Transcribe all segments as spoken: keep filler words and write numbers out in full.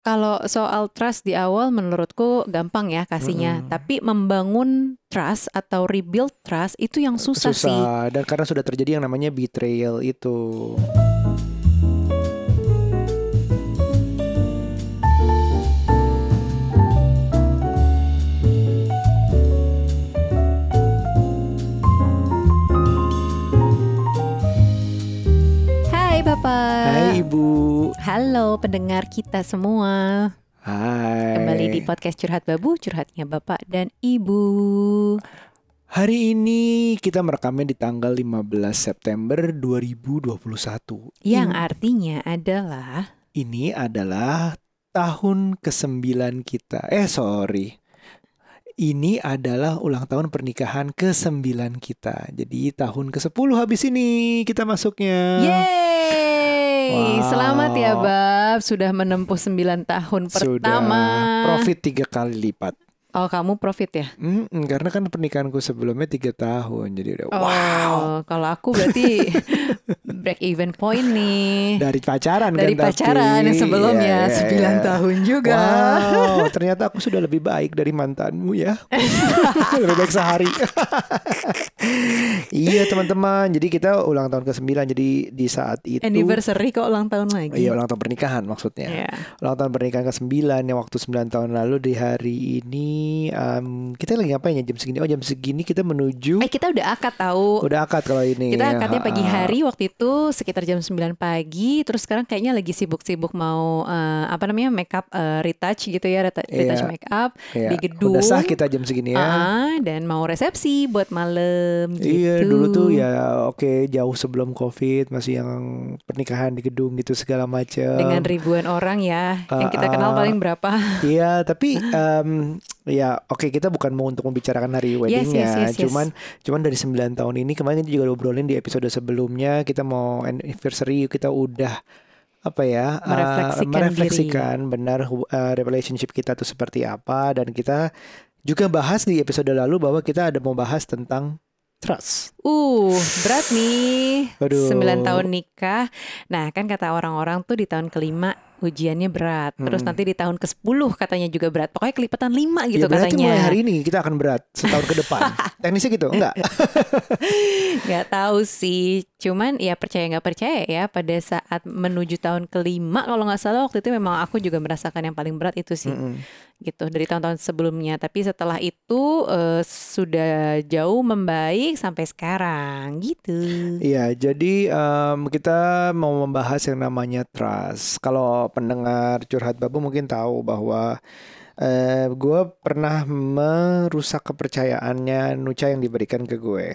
Kalau soal trust di awal menurutku gampang ya kasihnya, Mm-mm. tapi membangun trust atau rebuild trust itu yang susah, sih. Susah, dan karena sudah terjadi yang namanya betrayal itu. Hai Bapak. Hai Ibu. Halo pendengar kita semua. Hai. Kembali di podcast Curhat Babu, curhatnya Bapak dan Ibu. Hari ini kita merekamnya di tanggal lima belas September dua ribu dua puluh satu. Yang In- artinya adalah Ini adalah tahun kesembilan kita. Eh sorry. Ini adalah ulang tahun pernikahan kesembilan kita. Jadi tahun kesepuluh habis ini kita masuknya. yeay, Wow. selamat ya Bab, sudah menempuh sembilan tahun pertama. Sudah profit tiga kali lipat. Oh kamu profit ya? Mm-mm, karena kan pernikahanku sebelumnya tiga tahun. Jadi udah Oh, wow. kalau aku berarti break even point nih. Dari pacaran Dari kan pacaran tapi yang sebelumnya Iya, iya, sembilan iya. tahun juga. Wow, ternyata aku sudah lebih baik dari mantanmu ya. Lebih baik sehari. Iya teman-teman, jadi kita ulang tahun ke sembilan. Jadi di saat itu Anniversary kok ulang tahun lagi. Iya, ulang tahun pernikahan maksudnya. Iya. Ulang tahun pernikahan ke sembilan yang waktu sembilan tahun lalu di hari ini um, kita lagi ngapain ya jam segini? Oh jam segini kita menuju. Eh kita udah akad tahu. Udah akad kalau ini. Kita akadnya Ha-ha. pagi hari waktu itu sekitar jam sembilan pagi. Terus sekarang kayaknya lagi sibuk-sibuk mau eh, apa namanya makeup eh, retouch gitu ya, reta- retouch Iya. makeup Iya, di gedung. udah sah kita jam segini ya. Ah, dan mau resepsi buat malam gitu. Iya dulu tuh ya oke jauh sebelum COVID masih yang pernikahan di gedung gitu segala macam. Dengan ribuan orang ya. Yang kita Ah, kenal ah. paling berapa? Iya tapi em, ya oke kita bukan mau untuk membicarakan hari weddingnya, yes, yes, yes. cuman cuman dari sembilan tahun ini kemarin kita juga udah obrolin di episode sebelumnya kita mau anniversary kita udah apa ya uh, Merefleksikan merefleksikan benar hu- uh, relationship kita tuh seperti apa, dan kita juga bahas di episode lalu bahwa kita ada mau bahas tentang trust. Uh, berat nih. Aduh. sembilan tahun nikah. Nah, kan kata orang-orang tuh di tahun kelima ujiannya berat. Terus Hmm. nanti di tahun kesepuluh katanya juga berat. Pokoknya kelipatan lima gitu Ya berarti katanya. mulai hari ini kita akan berat setahun ke depan. Teknisnya gitu enggak? Gak tahu sih. Cuman ya percaya nggak percaya ya, pada saat menuju tahun kelima kalau nggak salah waktu itu memang aku juga merasakan yang paling berat itu sih. Mm-mm. Gitu dari tahun-tahun sebelumnya. Tapi setelah itu eh, sudah jauh membaik sampai sekarang gitu. Iya, jadi em, kita mau membahas yang namanya trust. Kalau pendengar Curhat Babu mungkin tahu bahwa eh, gue pernah merusak kepercayaannya Nucha yang diberikan ke gue.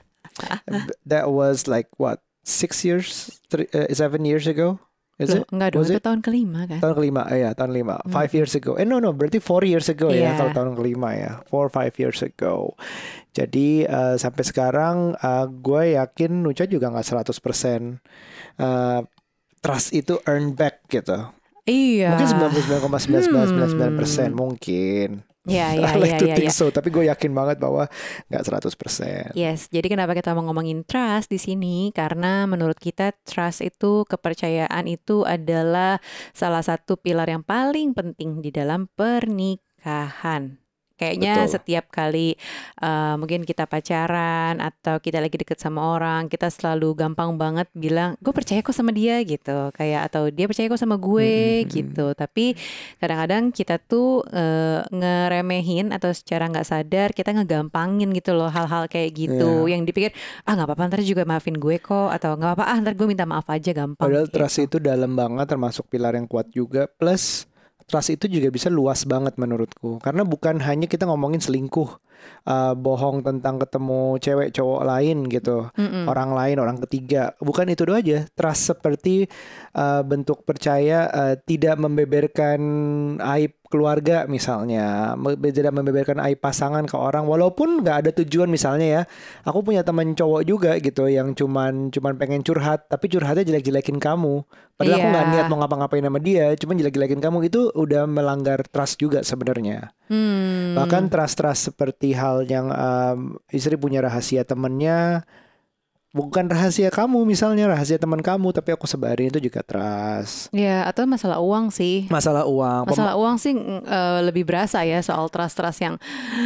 That was like what, six years, three, uh, seven years ago? Is Loh, it? enggak dong, Was itu it? tahun kelima kan? Tahun kelima, eh, ya tahun kelima. Five Hmm. years ago. Eh no no, berarti four years ago ya Iya. kalau tahun kelima ya. Four five years ago. Jadi eh, sampai sekarang eh, gue yakin Nucha juga nggak seratus persen eh, trust itu earn back gitu. Iya. Mungkin sembilan puluh sembilan koma sembilan sembilan sembilan sembilan persen Hmm. mungkin. Ya, ya, I like ya, to ya, think ya. so, tapi gue yakin banget bahwa nggak seratus persen. Yes, jadi kenapa kita mau ngomongin trust di sini? Karena menurut kita trust itu, kepercayaan itu adalah salah satu pilar yang paling penting di dalam pernikahan. Kayaknya Betul. setiap kali uh, mungkin kita pacaran atau kita lagi deket sama orang, kita selalu gampang banget bilang, gue percaya kok sama dia gitu, kayak atau dia percaya kok sama gue Mm-mm. gitu. Tapi kadang-kadang kita tuh uh, ngeremehin atau secara nggak sadar kita ngegampangin gitu loh hal-hal kayak gitu, Iya. yang dipikir ah nggak apa-apa ntar juga maafin gue kok, atau nggak apa-apa ah ntar gue minta maaf aja gampang. Padahal gitu. trust itu dalam banget, termasuk pilar yang kuat juga. Plus trust itu juga bisa luas banget menurutku. Karena bukan hanya kita ngomongin selingkuh, uh, bohong tentang ketemu cewek cowok lain gitu, Mm-mm. orang lain, orang ketiga. Bukan itu doang aja. Trust seperti uh, bentuk percaya, uh, tidak membeberkan aib keluarga misalnya, me- tidak membeberkan aib pasangan ke orang, walaupun nggak ada tujuan. Misalnya ya, aku punya teman cowok juga gitu yang cuman cuman pengen curhat, tapi curhatnya jelek-jelekin kamu. Padahal aku Iya. nggak niat mau ngapa-ngapain sama dia, cuman jelek-jelekin kamu, itu udah melanggar trust juga sebenarnya. Hmm. Bahkan trust-trust seperti hal yang um, istri punya rahasia temennya, bukan rahasia kamu, misalnya rahasia teman kamu, tapi aku sebarin, itu juga trust. Ya, atau masalah uang sih. Masalah uang. Masalah uang sih mm, eh, lebih berasa ya soal trust-trust yang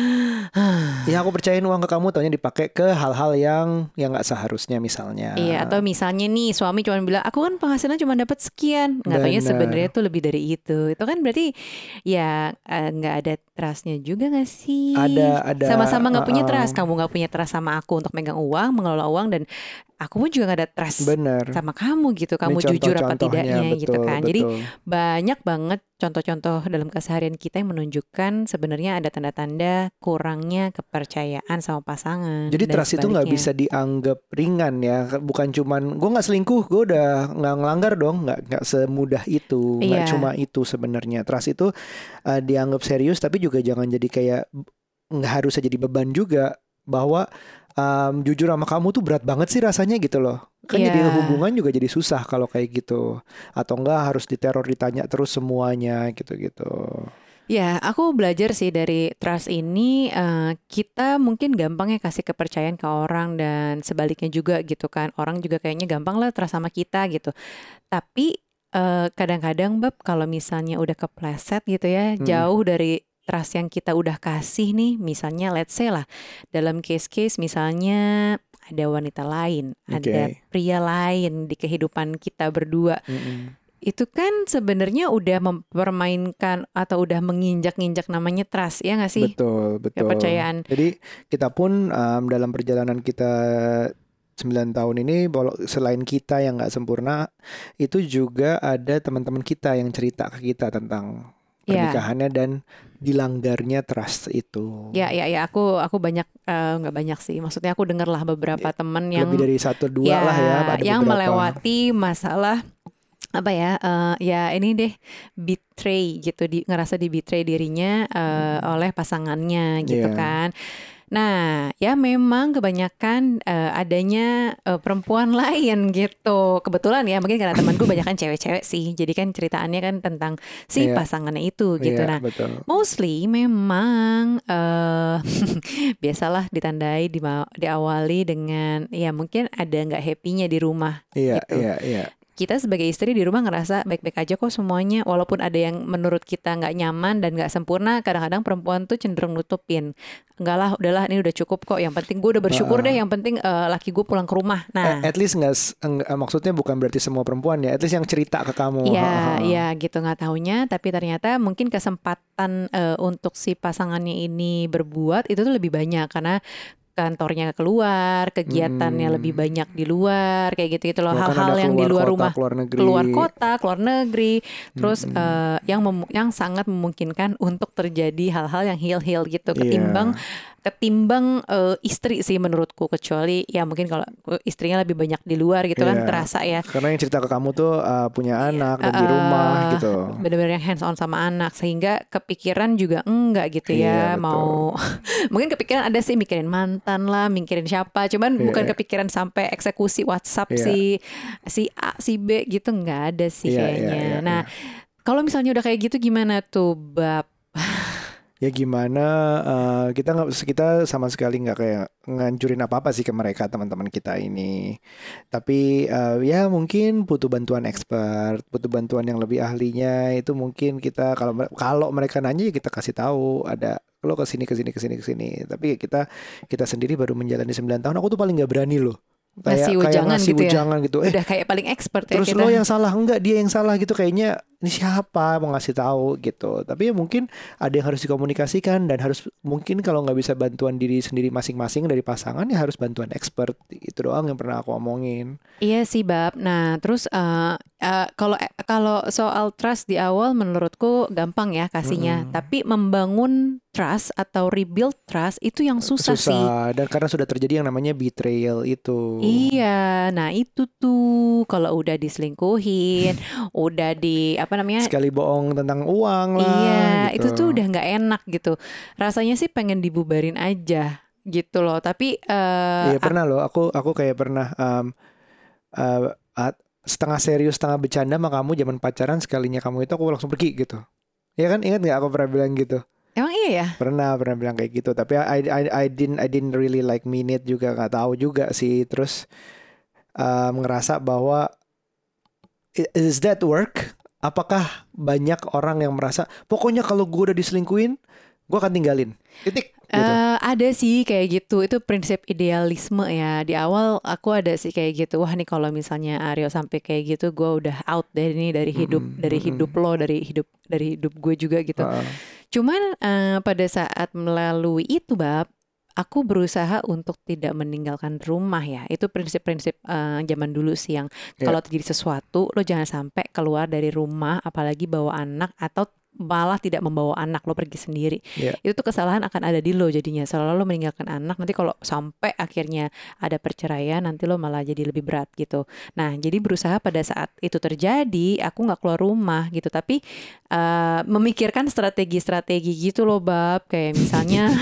Ya aku percayain uang ke kamu, taunya dipakai ke hal-hal yang yang nggak seharusnya misalnya. iya, atau misalnya nih suami cuma bilang aku kan penghasilan cuma dapat sekian, nggak taunya Bener. sebenarnya tuh lebih dari itu. Itu kan berarti ya eh, nggak ada trustnya juga nggak sih? Ada ada. Sama-sama nggak punya uh-uh. trust. Kamu nggak punya trust sama aku untuk megang uang, mengelola uang, dan aku pun juga nggak ada trust Bener. sama kamu gitu. Kamu Ini jujur apa contoh-contohnya, tidaknya gitu betul, kan. Jadi betul. banyak banget contoh-contoh dalam keseharian kita yang menunjukkan sebenarnya ada tanda-tanda kurangnya kepercayaan sama pasangan. Jadi dan trust itu nggak sebaliknya. bisa dianggap ringan ya. Bukan cuman gue nggak selingkuh, gue udah nggak ngelanggar dong. Nggak nggak semudah itu. Nggak Iya. cuma itu sebenarnya. Trust itu uh, dianggap serius, tapi juga jangan jadi kayak nggak harus jadi beban juga. Bahwa um, jujur sama kamu tuh berat banget sih rasanya gitu loh. Kan Iya. jadi hubungan juga jadi susah kalau kayak gitu. Atau enggak harus diteror, ditanya terus semuanya gitu-gitu. Ya, aku belajar sih dari trust ini, eh, kita mungkin gampang ya kasih kepercayaan ke orang dan sebaliknya juga gitu kan. Orang juga kayaknya gampang lah trust sama kita gitu. Tapi eh, kadang-kadang Bab kalau misalnya udah kepleset gitu ya, Mm-mm. jauh dari trust yang kita udah kasih nih, misalnya let's say lah dalam case-case misalnya ada wanita lain, ada Oke. pria lain di kehidupan kita berdua. Mm-mm. Itu kan sebenarnya udah mempermainkan atau udah menginjak-injak namanya trust, ya nggak sih? Betul, betul. Kepercayaan. Jadi kita pun um, dalam perjalanan kita sembilan tahun ini, walau selain kita yang nggak sempurna, itu juga ada teman-teman kita yang cerita ke kita tentang Ya, pernikahannya dan dilanggarnya trust itu. ya, ya, ya. Aku, aku banyak eh, nggak banyak sih. Maksudnya aku dengar lah beberapa teman yang Lebih dari satu dua ya lah ya, ada yang beberapa. melewati masalah apa ya? eh, ya ini deh betray gitu, di, ngerasa di betray dirinya eh, oleh pasangannya gitu Iya. kan. Nah, ya memang kebanyakan eh, adanya eh, perempuan lain gitu. Kebetulan ya, mungkin karena temanku banyak kan cewek-cewek sih. Jadi kan ceritaannya kan tentang si Iya. pasangannya itu gitu. Iya, Nah, betul. mostly memang eh biasalah ditandai dima- diawali dengan ya mungkin ada nggak happy-nya di rumah Iya, gitu. iya, iya. Kita sebagai istri di rumah ngerasa baik-baik aja kok semuanya, walaupun ada yang menurut kita nggak nyaman dan nggak sempurna. Kadang-kadang perempuan tuh cenderung nutupin, enggak lah, udahlah ini udah cukup kok, yang penting gue udah bersyukur deh, Uh-uh. yang penting eh, laki gue pulang ke rumah. A- Nah, At least nggak, s- eng- eh, maksudnya bukan berarti semua perempuan ya. At least yang cerita ke kamu. iya, Ha-ha. iya gitu, nggak taunya, tapi ternyata mungkin kesempatan eh, untuk si pasangannya ini berbuat itu tuh lebih banyak karena kantornya keluar, kegiatannya Mm-mm. lebih banyak di luar, kayak gitu gitu loh, Bahkan hal-hal ada yang di keluar luar kota, rumah, keluar negeri. keluar kota, keluar negeri, terus Mm-mm. eh, yang memu- yang sangat memungkinkan untuk terjadi hal-hal yang heal-heal gitu, Iya. ketimbang ketimbang eh, istri sih menurutku, kecuali ya mungkin kalau istrinya lebih banyak di luar gitu kan, Iya. terasa ya. Karena yang cerita ke kamu tuh uh, punya anak dan di Eh, rumah gitu. bener-bener yang hands on sama anak, sehingga kepikiran juga enggak gitu Iya, ya, betul. mau mungkin kepikiran ada sih mikirin mantan lah, mikirin siapa, cuman Iya, bukan iya. kepikiran sampai eksekusi WhatsApp Iya. si si A si B gitu, nggak ada sih Iya, iya, kayaknya. iya, Nah, iya. kalau misalnya udah kayak gitu gimana tuh, Bab? Ya gimana, uh, kita nggak kita sama sekali nggak kayak ngancurin apa-apa sih ke mereka, teman-teman kita ini. Tapi uh, ya mungkin butuh bantuan expert, butuh bantuan yang lebih ahlinya. Itu mungkin kita kalau mere- kalau mereka nanya ya kita kasih tahu ada lo ke sini ke sini ke sini ke sini. Tapi ya kita kita sendiri baru menjalani sembilan tahun. Aku tuh paling nggak berani loh. Kayak Ngasih kayak ujangan ngasih gitu ya, ujangan gitu. Eh, udah kayak paling expert ya terus kita. lo yang salah, enggak dia yang salah gitu, kayaknya ini siapa mau ngasih tahu gitu. Tapi ya mungkin ada yang harus dikomunikasikan dan harus mungkin kalau nggak bisa bantuan diri sendiri masing-masing dari pasangan ya harus bantuan expert. Itu doang yang pernah aku omongin. Iya sih, Bab. Nah, terus eh, eh, kalau eh, kalau soal trust di awal menurutku gampang ya kasihnya, Mm-mm. tapi membangun trust atau rebuild trust itu yang susah, sih. Susah dan karena sudah terjadi yang namanya betrayal itu. Iya, nah itu tuh kalau udah diselingkuhin, udah di apa namanya? Sekali bohong tentang uang lah Iya, gitu. itu tuh udah nggak enak gitu. Rasanya sih pengen dibubarin aja gitu loh. Tapi eh Iya pernah loh, aku aku kayak pernah um, uh, at- setengah serius setengah bercanda sama kamu zaman pacaran, sekalinya kamu itu aku langsung pergi gitu. Iya kan, ingat nggak aku pernah bilang gitu? emang iya ya? Pernah pernah bilang kayak gitu. Tapi I I I didn't I didn't really like mean it juga, nggak tahu juga sih. Terus um, ngerasa bahwa i- is that work? Apakah banyak orang yang merasa pokoknya kalau gue udah diselingkuhin, gue akan tinggalin. Titik gitu. Eh, ada sih kayak gitu. Itu prinsip idealisme ya. Di awal aku ada sih kayak gitu. Wah nih kalau misalnya Aryo sampai kayak gitu, gue udah out dari ini dari hidup, Mm-mm, dari mm-mm. hidup lo, dari hidup dari hidup gue juga gitu. Uh, Cuman eh, pada saat melalui itu bab, aku berusaha untuk tidak meninggalkan rumah ya. Itu prinsip-prinsip eh, zaman dulu sih yang ya, kalau terjadi sesuatu, lo jangan sampai keluar dari rumah, apalagi bawa anak atau malah tidak membawa anak, lo pergi sendiri. ya. Itu tuh kesalahan akan ada di lo jadinya. Selalu lo meninggalkan anak, nanti kalau sampai akhirnya ada perceraian, nanti lo malah jadi lebih berat gitu. Nah, jadi berusaha pada saat itu terjadi, aku nggak keluar rumah gitu, tapi eh, memikirkan strategi-strategi gitu loh, Bab. Kayak misalnya,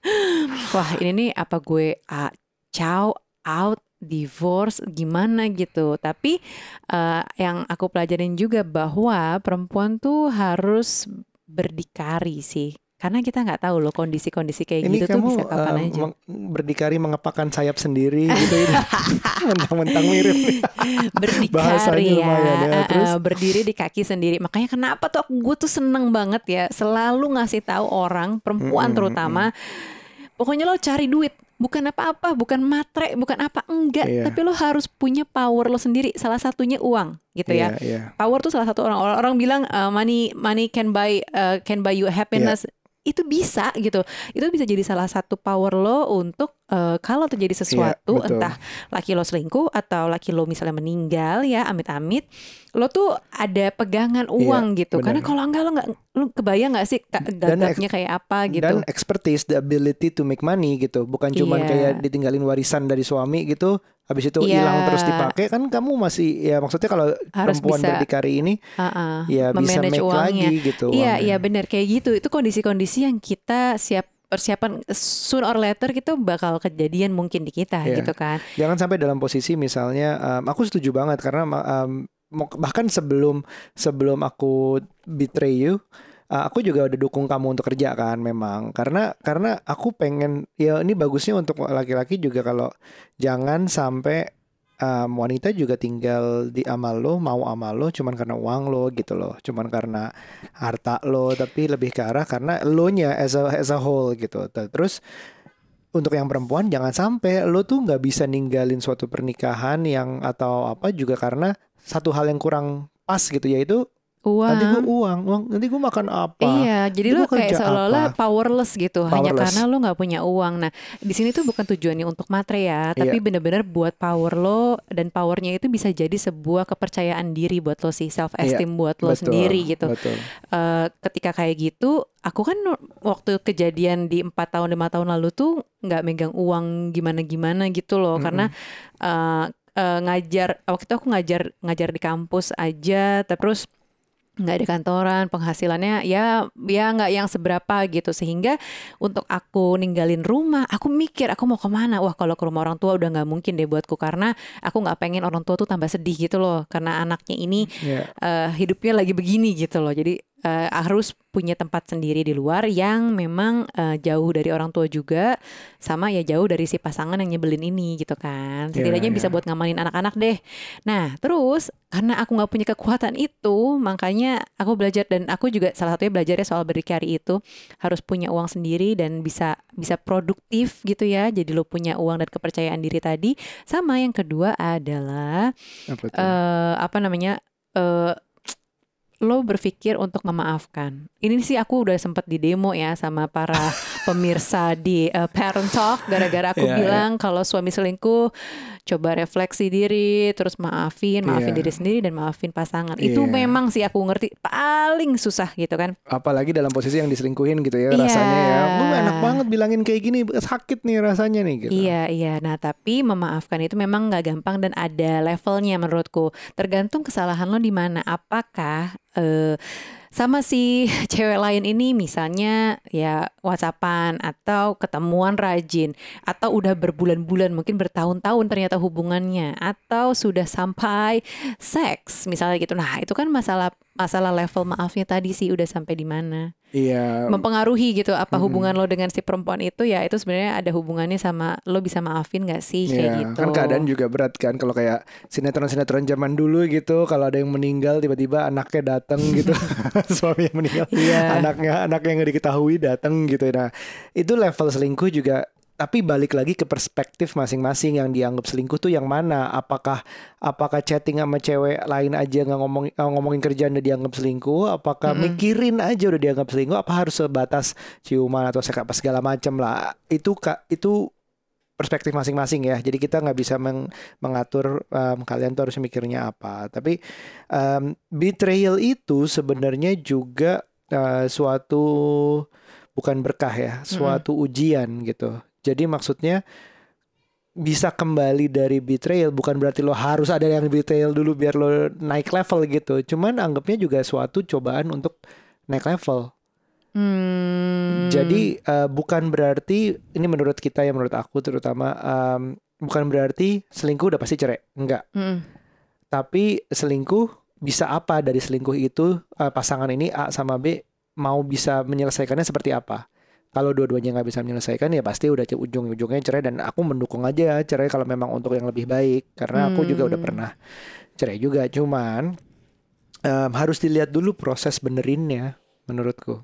wah ini nih apa gue ah, chow out divorce gimana gitu. Tapi eh, yang aku pelajarin juga bahwa perempuan tuh harus berdikari sih. Karena kita nggak tahu loh kondisi-kondisi kayak Ini gitu tuh kamu bisa kapan um, aja. meng- berdikari mengepakkan sayap sendiri gitu ini. Mentang-mentang mirip nih. Berdikari Bahasanya ya, lumayan ya. eh, Terus eh, berdiri di kaki sendiri. Makanya kenapa tuh aku- gue tuh seneng banget ya selalu ngasih tahu orang, perempuan Mm-mm, terutama, mm-mm. pokoknya lo cari duit, bukan apa-apa, bukan matre, bukan apa enggak, Iya, tapi lo harus punya power lo sendiri. Salah satunya uang, gitu ya. iya, iya, Power tuh salah satu orang orang, orang bilang uh, money money can buy uh, can buy you iya, happiness. Itu bisa gitu. Itu bisa jadi salah satu power lo untuk uh, kalau terjadi iya, sesuatu, betul. entah laki lo selingkuh atau laki lo misalnya meninggal ya, amit-amit, lo tuh ada pegangan Iya, uang gitu. Karena benar. kalau enggak lo nggak, lo kebayang nggak sih ka- Dan ex- gagapnya kayak apa gitu. dan expertise, the ability to make money gitu. Bukan cuman kayak Iya. ditinggalin warisan dari suami gitu, habis itu Iya, hilang terus dipakai kan kamu masih ya maksudnya kalau harus perempuan bisa berdikari ini uh-uh, ya bisa memanage make uangnya. lagi gitu Iya, uangnya. iya benar kayak gitu. Itu kondisi-kondisi yang kita siap persiapan soon or later kita bakal kejadian mungkin di kita Iya. gitu kan. Jangan sampai dalam posisi misalnya um, aku setuju banget karena um, mo- bahkan sebelum sebelum aku betray you, uh, aku juga udah dukung kamu untuk kerja kan memang karena karena aku pengen ya ini bagusnya untuk laki-laki juga kalau jangan sampai um, wanita juga tinggal di amal lo, mau amal lo cuman karena uang lo gitu loh, cuman karena harta lo, tapi lebih ke arah karena lo nya as a, as a whole gitu. Terus untuk yang perempuan jangan sampai lo tuh nggak bisa ninggalin suatu pernikahan yang atau apa juga karena satu hal yang kurang pas gitu, yaitu nanti gue Uang. uang, uang nanti gue makan apa, Iya, jadi nanti lo gue kayak kerja seolah-olah apa, powerless gitu, hanya powerless. karena lo nggak punya uang. Nah, di sini tuh bukan tujuannya untuk matre ya, tapi Iya, bener-bener buat power lo, dan powernya itu bisa jadi sebuah kepercayaan diri buat lo sih, self iya, esteem buat lo betul, sendiri gitu. betul. Eh, ketika kayak gitu, aku kan waktu kejadian di empat tahun lima tahun lalu tuh nggak megang uang gimana-gimana gitu loh, karena Mm-mm. eh, eh, ngajar waktu itu aku ngajar ngajar di kampus aja, terus nggak ada kantoran, penghasilannya ya ya nggak yang seberapa gitu, sehingga untuk aku ninggalin rumah, aku mikir aku mau kemana. Wah kalau ke rumah orang tua udah nggak mungkin deh buatku, karena aku nggak pengen orang tua tuh tambah sedih gitu loh, karena anaknya ini Iya, eh, hidupnya lagi begini gitu loh. Jadi eh, harus punya tempat sendiri di luar yang memang eh, jauh dari orang tua juga, sama ya jauh dari si pasangan yang nyebelin ini gitu kan. iya, Setidaknya bisa iya. buat ngamanin anak-anak deh. Nah terus karena aku nggak punya kekuatan itu, makanya aku belajar, dan aku juga salah satunya belajarnya soal berdikari itu harus punya uang sendiri dan bisa bisa produktif gitu ya. Jadi lo punya uang dan kepercayaan diri tadi. Sama yang kedua adalah Apa tuh? eh apa namanya? eh lo berpikir untuk memaafkan. Ini sih aku udah sempat di demo ya sama para pemirsa di uh, Parent Talk, gara-gara aku Iya, iya, bilang kalau suami selingkuh coba refleksi diri, terus maafin, maafin diri iya, sendiri dan maafin pasangan. Itu iya. memang sih aku ngerti paling susah gitu kan. Apalagi dalam posisi yang diselingkuhin gitu ya Iya. rasanya ya. Lu enak banget bilangin kayak gini, sakit nih rasanya nih gitu. Iya, iya. Nah, tapi memaafkan itu memang nggak gampang dan ada levelnya menurutku. Tergantung kesalahan lo di mana. Apakah eh, sama si cewek lain ini misalnya ya WhatsAppan atau ketemuan rajin atau udah berbulan-bulan mungkin bertahun-tahun ternyata hubungannya, atau sudah sampai seks misalnya gitu. Nah, itu kan masalah masalah level maafnya tadi sih udah sampai di mana. Iya. Mempengaruhi gitu apa Mm-mm. hubungan lo dengan si perempuan itu, ya itu sebenarnya ada hubungannya sama lo bisa maafin gak sih kayak Iya, gitu. kan keadaan juga berat kan kalau kayak sinetron-sinetron zaman dulu gitu, kalau ada yang meninggal tiba-tiba anaknya datang gitu, suami yang meninggal, Iya. anaknya anaknya yang nggak diketahui datang gitu. Nah, itu level selingkuh juga. Tapi balik lagi ke perspektif masing-masing yang dianggap selingkuh tuh yang mana? Apakah apakah chatting sama cewek lain aja nggak ngomong eh, ngomongin kerjaan udah dianggap selingkuh? Apakah Mm-mm. mikirin aja udah dianggap selingkuh? Apa harus sebatas ciuman atau seks apa segala macam lah? Itu kak itu perspektif masing-masing ya. Jadi kita nggak bisa meng- mengatur um, kalian tuh harus mikirnya apa. Tapi um, betrayal itu sebenarnya juga uh, suatu bukan berkah ya, Mm-mm. suatu ujian gitu. Jadi maksudnya bisa kembali dari betrayal bukan berarti lo harus ada yang betrayal dulu biar lo naik level gitu. Cuman anggapnya juga suatu cobaan untuk naik level. Hmm. Jadi uh, bukan berarti ini menurut kita ya, menurut aku terutama um, bukan berarti selingkuh udah pasti cerai, enggak. Mm-mm. Tapi selingkuh bisa apa dari selingkuh itu, uh, pasangan ini A sama B mau bisa menyelesaikannya seperti apa. Kalau dua-duanya nggak bisa menyelesaikan ya pasti udah c- ujung-ujungnya cerai, dan aku mendukung aja cerai kalau memang untuk yang lebih baik, karena aku juga udah Hmm. pernah cerai juga. Cuman um, harus dilihat dulu proses benerinnya menurutku.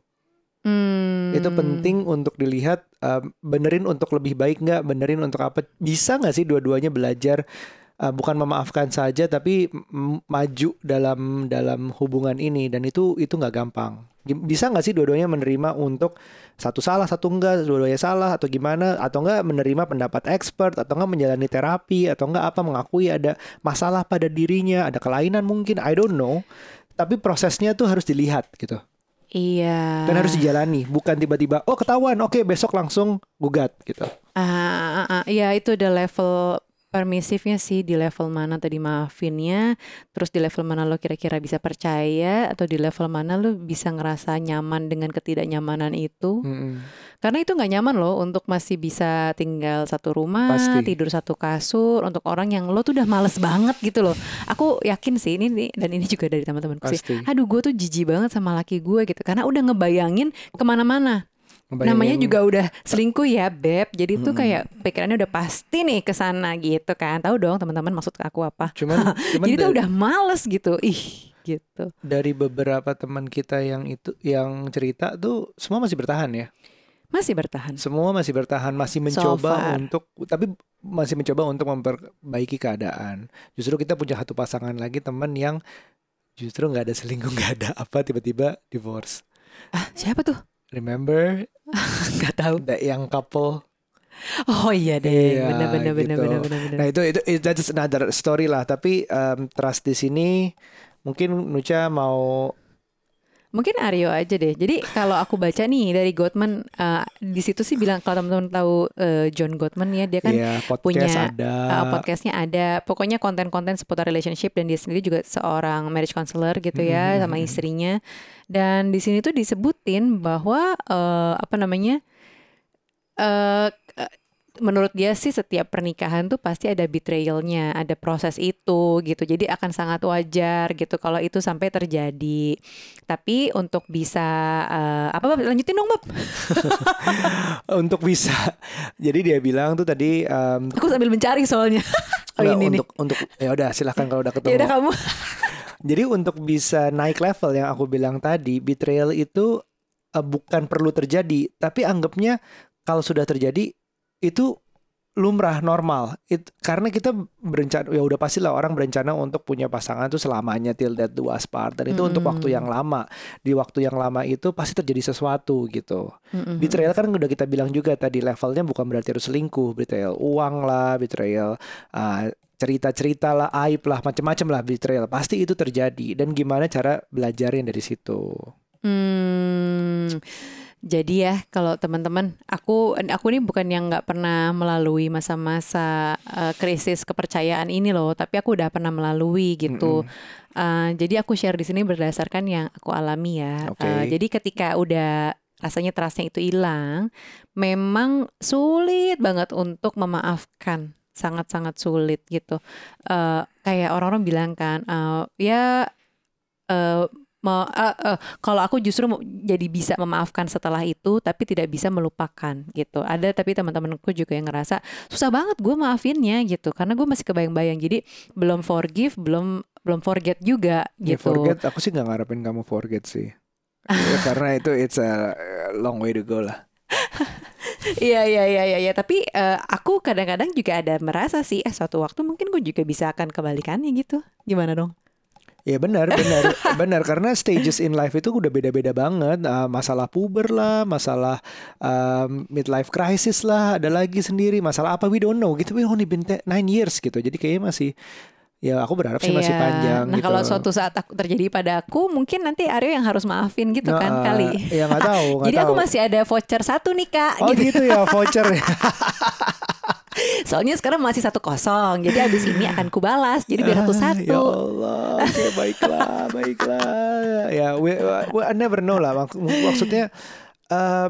Hmm. Itu penting untuk dilihat, um, benerin untuk lebih baik nggak, benerin untuk apa, bisa nggak sih dua-duanya belajar, uh, bukan memaafkan saja tapi m- maju dalam dalam hubungan ini, dan itu itu nggak gampang. Gim- Bisa nggak sih dua-duanya menerima untuk satu salah satu enggak, dua-duanya salah atau gimana, atau enggak menerima pendapat expert, atau enggak menjalani terapi, atau enggak apa mengakui ada masalah pada dirinya, ada kelainan mungkin, I don't know. Tapi prosesnya tuh harus dilihat gitu. Iya. Dan harus dijalani, bukan tiba-tiba oh ketahuan, oke besok langsung gugat gitu. Ah, ah, ah, ya itu udah level permisifnya sih, di level mana tadi maafinnya, terus di level mana lo kira-kira bisa percaya, atau di level mana lo bisa ngerasa nyaman dengan ketidaknyamanan itu. Mm-mm. Karena itu nggak nyaman loh untuk masih bisa tinggal satu rumah, Pasti. tidur satu kasur, untuk orang yang lo tuh udah males banget gitu loh. Aku yakin sih ini nih, dan ini juga dari teman-temanku sih. Pasti. Aduh, gue tuh jijik banget sama laki gue gitu, karena udah ngebayangin kemana-mana. Namanya Ngebayangin. juga udah selingkuh ya, Beb. Jadi tuh Mm-mm. kayak pikirannya udah pasti nih ke sana gitu kan. Tahu dong teman-teman maksud aku apa. Cuman cuman Jadi tuh da- udah males gitu. Ih, gitu. dari beberapa teman kita yang itu yang cerita tuh semua masih bertahan ya. Masih bertahan. Semua masih bertahan, masih So mencoba far. untuk, tapi masih mencoba untuk memperbaiki keadaan. Justru kita punya satu pasangan lagi teman yang justru nggak ada selingkuh, nggak ada apa, tiba-tiba divorce. Ah, siapa tuh? Remember Gak tahu. that yang couple? Oh iya deh, Iya, bener bener bener gitu. bener bener bener. Nah itu itu it- that's another story lah. Tapi um, trust di sini mungkin Nucha mau. Mungkin Aryo aja deh. Jadi kalau aku baca nih dari Gottman, eh, di situ sih bilang kalau teman-teman tahu eh, John Gottman ya, dia kan Iya, podcast punya ada. eh, podcastnya ada. Pokoknya konten-konten seputar relationship, dan dia sendiri juga seorang marriage counselor gitu ya sama Mhm. istrinya. Dan di sini tuh disebutin bahwa eh, apa namanya? eh eh, menurut dia sih setiap pernikahan tuh pasti ada betrayalnya, ada proses itu gitu. Jadi akan sangat wajar gitu kalau itu sampai terjadi. Tapi untuk bisa eh, apa Bab? Lanjutin dong, Bab. Untuk bisa. Jadi dia bilang tuh tadi um, Aku sambil mencari soalnya. Oh enggak, ini nih. untuk untuk ya udah silahkan kalau udah Ya ketemu. udah kamu. Jadi untuk bisa naik level yang aku bilang tadi, betrayal itu uh, bukan perlu terjadi, tapi anggapnya kalau sudah terjadi itu lumrah, normal. It, karena kita berencana, ya udah pastilah orang berencana untuk punya pasangan tuh selamanya, till death do us part, dan itu untuk waktu yang Mm-mm. lama. Di waktu yang lama itu pasti terjadi sesuatu gitu. Mm-mm. Betrayal kan udah kita bilang juga tadi, levelnya bukan berarti harus selingkuh. Betrayal uang lah, betrayal uh, cerita-cerita lah, aib lah, macam-macam lah betrayal. Pasti itu terjadi, dan gimana cara belajarnya dari situ. Hmm, jadi ya kalau teman-teman, aku aku ini bukan yang nggak pernah melalui masa-masa eh, krisis kepercayaan ini loh, tapi aku udah pernah melalui gitu. Mm-mm. Eh, jadi aku share di sini berdasarkan yang aku alami ya. Oke. Eh, jadi ketika udah rasanya trustnya itu hilang, memang sulit banget untuk memaafkan, sangat-sangat sulit gitu. Eh, kayak orang-orang bilang kan, eh, ya eh, mau eh, eh, kalau aku justru mau- jadi bisa memaafkan setelah itu tapi tidak bisa melupakan gitu. Ada tapi teman-temanku juga yang ngerasa susah banget gue maafinnya gitu karena gue masih kebayang-bayang. Jadi belum forgive, belum belum forget juga Ya gitu. forget, aku sih nggak ngarepin kamu forget sih. Ya, karena itu it's a long way to go lah. Iya iya iya iya iya. Tapi eh, aku kadang-kadang juga ada merasa sih eh suatu waktu mungkin gue juga bisa akan kebalikannya gitu. Gimana dong? Ya benar, benar, benar karena stages in life itu udah beda-beda banget. Ah, masalah puber lah, masalah um, midlife crisis lah, ada lagi sendiri masalah apa we don't know gitu. We only been te- nine years gitu. Jadi kayaknya masih, ya aku berharap sih Iya. masih panjang Nah gitu. kalau suatu saat aku terjadi pada aku, mungkin nanti Aryo yang harus maafin gitu Nah, kan eh, kali. ya nggak tahu, nggak Jadi aku tahu. masih ada voucher satu nih kak. Oh Gitu. gitu ya voucher. Soalnya sekarang masih satu kosong. Jadi abis ini akan kubalas. Jadi biar satu Ah, satu. ya Allah, oke baiklah, baiklah. Ya, we, we, I never know lah. Mak- maksudnya eh,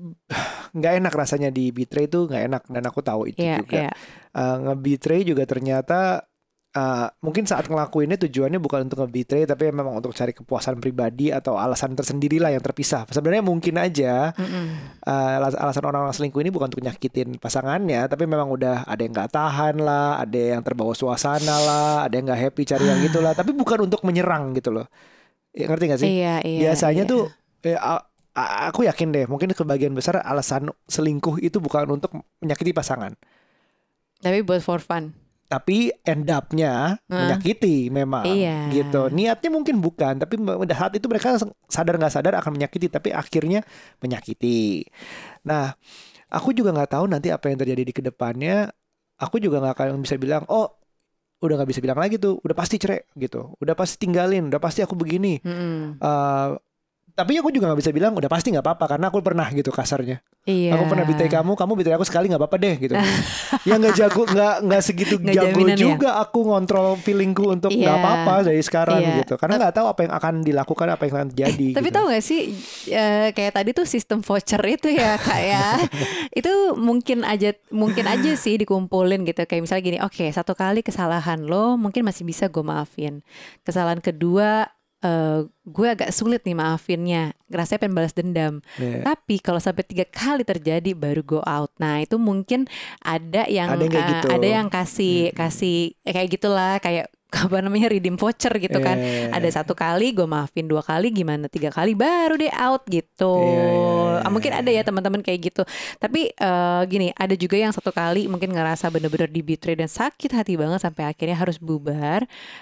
nggak enak rasanya di betray itu nggak enak dan aku tahu itu Iya juga. iya. Eh, nge-betray juga ternyata eh, mungkin saat ngelakuinnya tujuannya bukan untuk nge-betray tapi memang untuk cari kepuasan pribadi atau alasan tersendiri lah yang terpisah. Sebenarnya mungkin aja Mm-mm. eh, alas- alasan orang-orang selingkuh ini bukan untuk nyakitin pasangannya, tapi memang udah ada yang nggak tahan lah, ada yang terbawa suasana lah, ada yang nggak happy cari yang gitulah, tapi bukan untuk menyerang gitu loh. Ya, ngerti nggak sih? Iya iya Biasanya iya. tuh, eh, a- a- aku yakin deh, mungkin kebagian besar alasan selingkuh itu bukan untuk menyakiti pasangan, Tapi buat for fun. tapi end up-nya Nah, menyakiti memang iya. gitu. Niatnya mungkin bukan, tapi pada saat itu mereka sadar nggak sadar akan menyakiti, tapi akhirnya menyakiti. Nah, aku juga nggak tahu nanti apa yang terjadi di kedepannya. Aku juga nggak akan bisa bilang, oh udah nggak bisa bilang lagi tuh, udah pasti cerai gitu, udah pasti tinggalin, udah pasti aku begini. Mm-mm. Eh, tapi aku juga nggak bisa bilang udah pasti nggak apa-apa karena aku pernah gitu kasarnya. Iya. Aku pernah betray kamu, kamu betray aku sekali nggak apa-apa deh gitu. Ya nggak jago, nggak nggak segitu Nggak jago jaminan ya? juga aku ngontrol feelingku untuk nggak Iya. apa-apa dari sekarang Iya. gitu. Karena nggak tahu apa yang akan dilakukan, apa yang akan terjadi. Tapi gitu. tahu gak sih eh, kayak tadi tuh sistem voucher itu ya kak ya itu mungkin aja mungkin aja sih dikumpulin gitu kayak misalnya gini oke satu kali kesalahan lo mungkin masih bisa gue maafin kesalahan kedua eh, gue agak sulit nih maafinnya rasanya pengen balas dendam Iya. tapi kalau sampai tiga kali terjadi baru go out nah itu mungkin ada yang Ada yang kayak eh, gitu. ada yang kasih kasih eh, kayak gitulah kayak apa namanya redeem voucher gitu kan Iya. ada satu kali gue maafin dua kali gimana tiga kali baru deh out gitu Iya, iya, iya. Ah, mungkin ada ya teman-teman kayak gitu tapi eh, gini ada juga yang satu kali mungkin ngerasa bener-bener di betray dan sakit hati banget sampai akhirnya harus bubar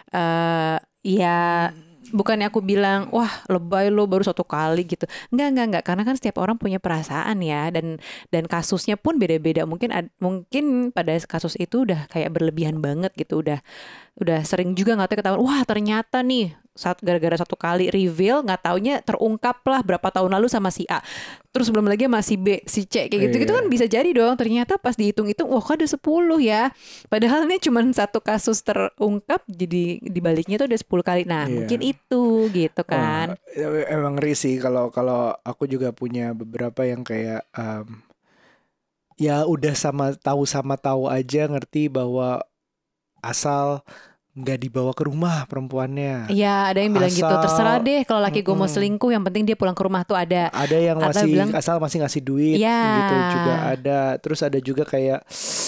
eh ya bukannya aku bilang wah lebay lo baru satu kali gitu enggak enggak enggak karena kan setiap orang punya perasaan ya dan dan kasusnya pun beda-beda mungkin ad- mungkin pada kasus itu udah kayak berlebihan banget gitu udah udah sering juga nggak tahu ketahuan wah ternyata nih saat gara-gara satu kali reveal nggak taunya terungkap lah berapa tahun lalu sama si A terus belum lagi sama si B si C kayak gitu gitu Iya. kan bisa jadi dong ternyata pas dihitung-hitung wah kok ada sepuluh ya padahal ini cuma satu kasus terungkap jadi dibaliknya tuh ada sepuluh kali nah Iya. mungkin itu gitu kan. Wah, ya, emang ngeri sih kalau kalau aku juga punya beberapa yang kayak em, ya udah sama tahu sama tahu aja ngerti bahwa asal nggak dibawa ke rumah perempuannya. Iya ada yang bilang gitu Asal- terserah deh kalau laki gue mau Mm-mm. selingkuh yang penting dia pulang ke rumah tuh ada. Ada yang Atau masih bilang- asal masih ngasih duit Iya. gitu juga ada. Terus ada juga kayak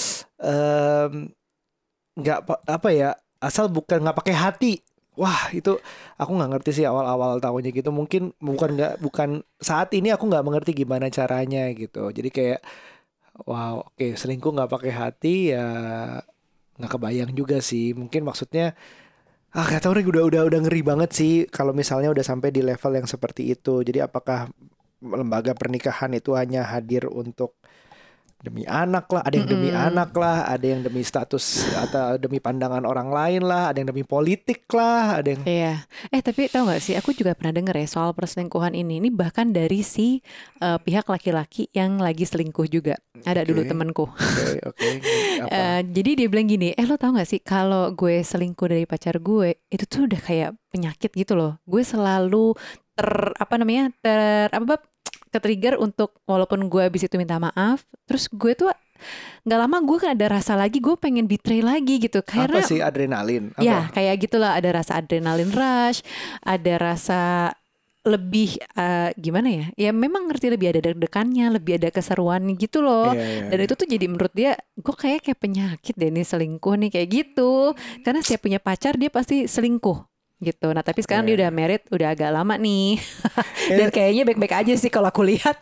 em, nggak pa- apa ya asal bukan nggak pakai hati. Wah itu aku nggak ngerti sih awal-awal tahunnya gitu. Mungkin bukan nggak bukan saat ini aku nggak mengerti gimana caranya gitu. Jadi kayak wow oke selingkuh nggak pakai hati ya nggak kebayang juga sih. Mungkin maksudnya ah gak tahu nih udah udah udah ngeri banget sih kalau misalnya udah sampai di level yang seperti itu. Jadi apakah lembaga pernikahan itu hanya hadir untuk demi anak lah, ada yang demi Mm-mm. anak lah, ada yang demi status atau demi pandangan orang lain lah, ada yang demi politik lah, ada yang Iya. Eh tapi tahu nggak sih aku juga pernah denger ya soal perselingkuhan ini. Ini bahkan dari si eh, pihak laki-laki yang lagi selingkuh juga. Ada dulu Oke. temanku. oke oke apa? Eh, jadi dia bilang gini, eh lo tau gak sih kalau gue selingkuh dari pacar gue itu tuh udah kayak penyakit gitu loh. Gue selalu ter apa namanya ter apa bab ketrigger untuk walaupun gue habis itu minta maaf, terus gue tuh nggak lama gue kan ada rasa lagi, gue pengen betray lagi gitu. Apa Karena sih adrenalin? ya Apa? kayak gitulah, ada rasa adrenalin rush, ada rasa lebih eh, gimana ya? Ya memang ngerti, lebih ada deg-degannya, lebih ada keseruan gitu loh. Iya, iya, Dan iya. itu tuh jadi menurut dia, gue kayak kayak penyakit deh nih selingkuh nih kayak gitu. Karena setiap punya pacar dia pasti selingkuh gitu. Nah tapi sekarang dia Iya. udah married, udah agak lama nih. Eh, Dan kayaknya baik-baik aja sih kalau aku lihat.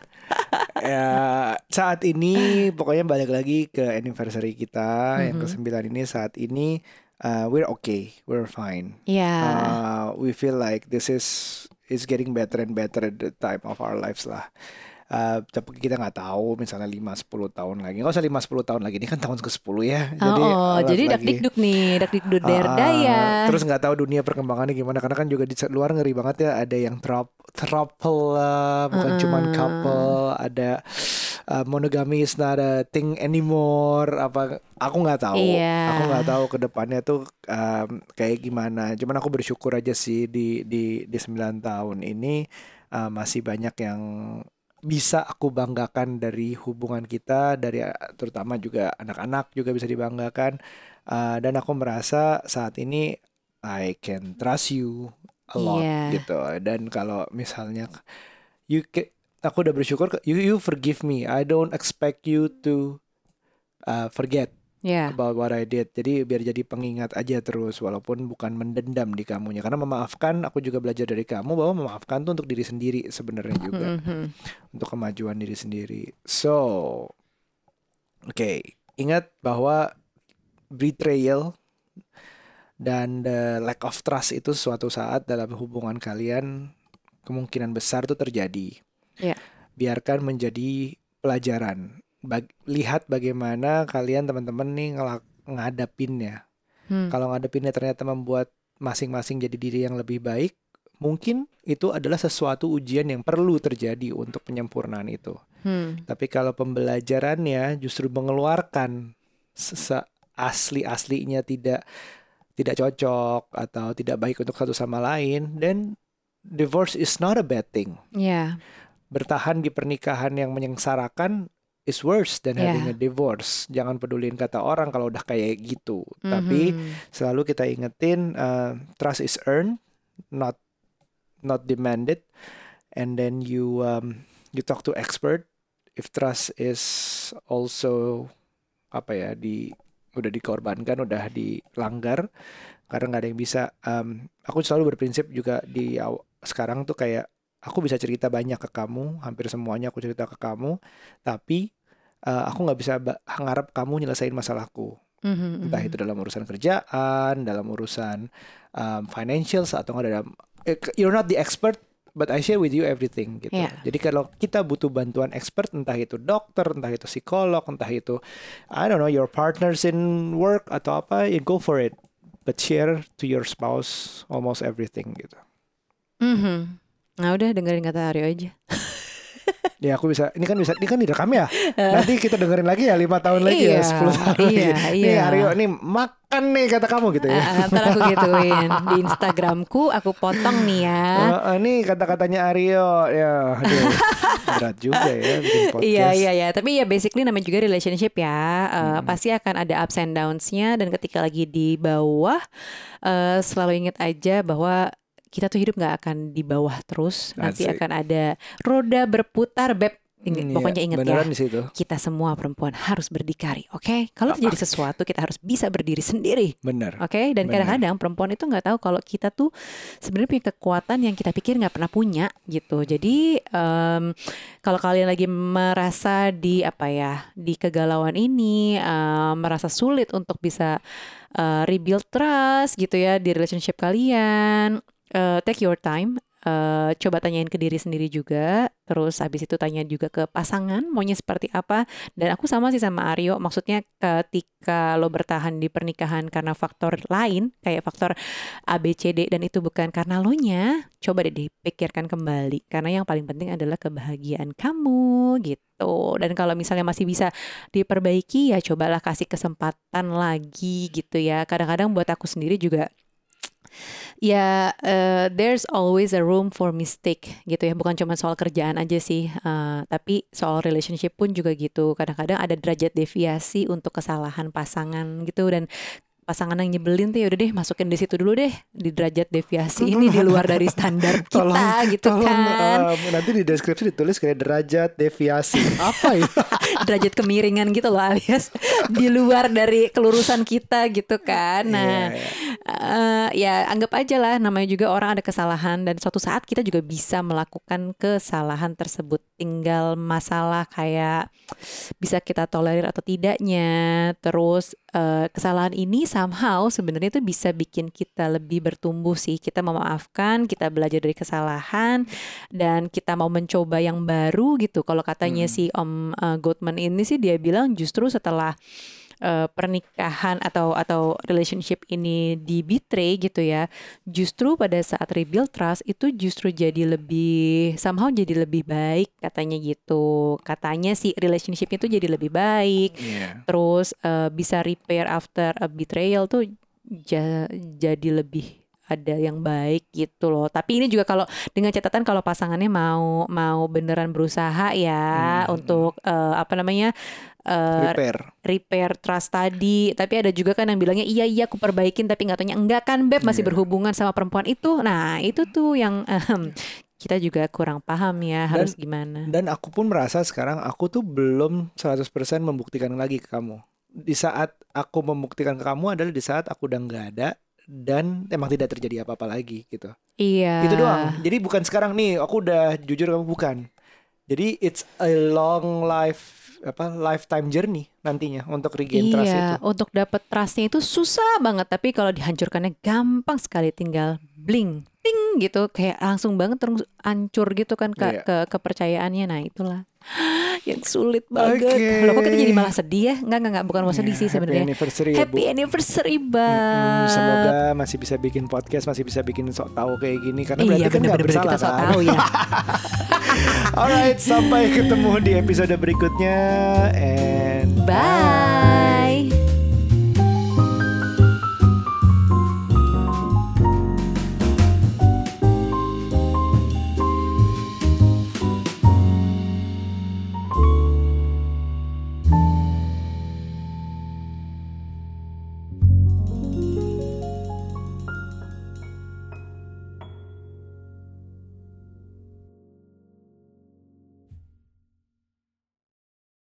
Ya, saat ini pokoknya balik lagi ke anniversary kita yang Mhm. kesembilan ini. Saat ini uh, we're okay, we're fine. Ya, Uh, we feel like this is is getting better and better at the time of our lives lah. Uh, tapi kita nggak tahu misalnya lima sepuluh tahun lagi. Nggak usah lima sepuluh tahun lagi. Ini kan tahun ke sepuluh ya. oh, Jadi oh, alat jadi dak lagi. dikduk nih, dak dikduk Ah, derdaya. ah. Terus nggak tahu dunia perkembangannya gimana, karena kan juga di luar ngeri banget ya, ada yang trop throuple lah, bukan cuman Heeh. couple, ada uh, monogamy is not a thing anymore, apa aku nggak tahu. Iya. Aku nggak tahu ke depannya tuh um, kayak gimana. Cuman aku bersyukur aja sih di di di sembilan tahun ini uh, masih banyak yang bisa aku banggakan dari hubungan kita, dari uh, terutama juga anak-anak juga bisa dibanggakan. Uh, dan aku merasa saat ini I can trust you a lot Iya. gitu. Dan kalau misalnya you ca- aku udah bersyukur ke- you you forgive me. I don't expect you to uh, forget Ya. about what I did. Jadi biar jadi pengingat aja terus, walaupun bukan mendendam di kamunya. Karena memaafkan, aku juga belajar dari kamu bahwa memaafkan tuh untuk diri sendiri sebenarnya juga, Mhm. untuk kemajuan diri sendiri. So, oke, ingat bahwa betrayal dan the lack of trust itu suatu saat dalam hubungan kalian kemungkinan besar tuh terjadi. Ya. Biarkan menjadi pelajaran. Bag- lihat bagaimana kalian teman-teman nih ngelak- ngadapinnya. Hmm. Kalau ngadepinnya ternyata membuat masing-masing jadi diri yang lebih baik, mungkin itu adalah sesuatu ujian yang perlu terjadi untuk penyempurnaan itu. Hmm. Tapi kalau pembelajarannya justru mengeluarkan sesa- asli-aslinya tidak tidak cocok atau tidak baik untuk satu sama lain, then divorce is not a bad thing. Ya. Bertahan di pernikahan yang menyengsarakan is worse than having a Ya. divorce. Jangan pedulin kata orang kalau udah kayak gitu. Tapi Mhm. selalu kita ingetin, uh, trust is earned, not not demanded. And then you um, you talk to expert. If trust is also apa ya di udah dikorbankan, udah dilanggar, karena nggak ada yang bisa. Um, aku selalu berprinsip juga di aw- sekarang tuh kayak aku bisa cerita banyak ke kamu, hampir semuanya aku cerita ke kamu, tapi uh, aku nggak bisa ba- ngarep kamu nyelesain masalahku. Mhm. Entah Mhm. itu dalam urusan kerjaan, dalam urusan um, financials, atau nggak dalam eh, you're not the expert, but I share with you everything gitu. Ya. Jadi kalau kita butuh bantuan expert, entah itu dokter, entah itu psikolog, entah itu I don't know your partners in work atau apa, ya go for it. But share to your spouse almost everything gitu. Mhm. Nah udah dengerin kata Aryo aja. Ya aku bisa, ini kan bisa, ini kan direkam ya. Nanti kita dengerin lagi ya lima tahun lagi ya, Iya, sepuluh tahun lagi. iya, Nih iya. Aryo, nih makan nih kata kamu gitu ya. Ah, ntar aku gituin di Instagramku, aku potong nih ya. Eh, eh, nih kata-katanya Aryo, ya aduh, berat juga ya bikin podcast. Iya iya ya, tapi ya basically namanya juga relationship ya. Eh, Mm-mm. pasti akan ada ups and downs-nya, dan ketika lagi di bawah eh, selalu ingat aja bahwa kita tuh hidup nggak akan di bawah terus. Nanti Asik. akan ada roda berputar, Beb. Ingat, Hmm, pokoknya iya, ingat ya. beneran di situ. Kita semua perempuan harus berdikari, oke? Kalau terjadi sesuatu kita harus bisa berdiri sendiri. Bener. Oke, dan Benar. kadang-kadang perempuan itu nggak tahu kalau kita tuh sebenarnya punya kekuatan yang kita pikir nggak pernah punya gitu. Jadi em, kalau kalian lagi merasa di apa ya, di kegalauan ini, em, merasa sulit untuk bisa eh, rebuild trust gitu ya di relationship kalian, eh, take your time. Eh, coba tanyain ke diri sendiri juga, terus habis itu tanya juga ke pasangan maunya seperti apa. Dan aku sama sih sama Aryo, maksudnya ketika lo bertahan di pernikahan karena faktor lain, kayak faktor A, B, C, D, dan itu bukan karena lo nya, coba deh dipikirkan kembali. Karena yang paling penting adalah kebahagiaan kamu gitu. Dan kalau misalnya masih bisa diperbaiki, ya cobalah kasih kesempatan lagi gitu ya. Kadang-kadang buat aku sendiri juga Ya, eh, there's always a room for mistake gitu ya. Bukan cuma soal kerjaan aja sih, eh, tapi soal relationship pun juga gitu. Kadang-kadang ada derajat deviasi untuk kesalahan pasangan gitu, dan pasangan yang nyebelin tuh ya udah deh masukin di situ dulu deh, di derajat deviasi ini di luar dari standar kita Tolong, gitu tolong kan. eh, nanti di deskripsi ditulis kayak derajat deviasi. Apa ya? Derajat kemiringan gitu loh, alias di luar dari kelurusan kita gitu kan. Nah, Iya, iya. eh, ya anggap aja lah, namanya juga orang ada kesalahan, dan suatu saat kita juga bisa melakukan kesalahan tersebut. Tinggal masalah kayak bisa kita tolerir atau tidaknya. Terus eh, kesalahan ini somehow sebenarnya itu bisa bikin kita lebih bertumbuh sih. Kita memaafkan, kita belajar dari kesalahan, dan kita mau mencoba yang baru gitu. Kalau katanya Mm-mm. si Om eh, Gottman ini sih, dia bilang justru setelah eh, pernikahan atau atau relationship ini di betray gitu ya, justru pada saat rebuild trust itu justru jadi lebih somehow jadi lebih baik katanya gitu. Katanya sih relationshipnya itu jadi lebih baik, Iya. terus eh, bisa repair after a betrayal tuh ja- jadi lebih ada yang baik gitu loh. Tapi ini juga kalau dengan catatan kalau pasangannya mau mau beneran berusaha ya Hmm. untuk eh, apa namanya eh, Repair. repair trust tadi. Tapi ada juga kan yang bilangnya iya iya aku perbaikin, tapi nggak taunya enggak kan Beb, masih Iya. berhubungan sama perempuan itu. Nah itu tuh yang ehem, kita juga kurang paham ya harus gimana. Dan aku pun merasa sekarang aku tuh belum seratus persen membuktikan lagi ke kamu. Di saat aku membuktikan ke kamu adalah di saat aku udah nggak ada dan emang tidak terjadi apa-apa lagi gitu. Iya. Itu doang. Jadi bukan sekarang nih aku udah jujur kamu, bukan. Jadi it's a long life apa lifetime journey nantinya untuk regain trust itu. Iya, untuk dapat trustnya itu susah banget, tapi kalau dihancurkannya gampang sekali, tinggal bling, ting gitu, kayak langsung banget terus hancur gitu kan ke, Iya. ke kepercayaannya. Nah itulah yang sulit banget. Oke. Loh kok kita jadi malah sedih ya? Enggak, enggak, enggak, bukan mau sedih Ya, sih happy sebenarnya. anniversary ya, Happy Bu. anniversary, Mm-mm, Bab. semoga masih bisa bikin podcast, masih bisa bikin sok tahu kayak gini karena Iya, berarti kan nggak bener-bener bersalah kita sok kan. tahu ya. Alright, sampai ketemu di episode berikutnya and Bye.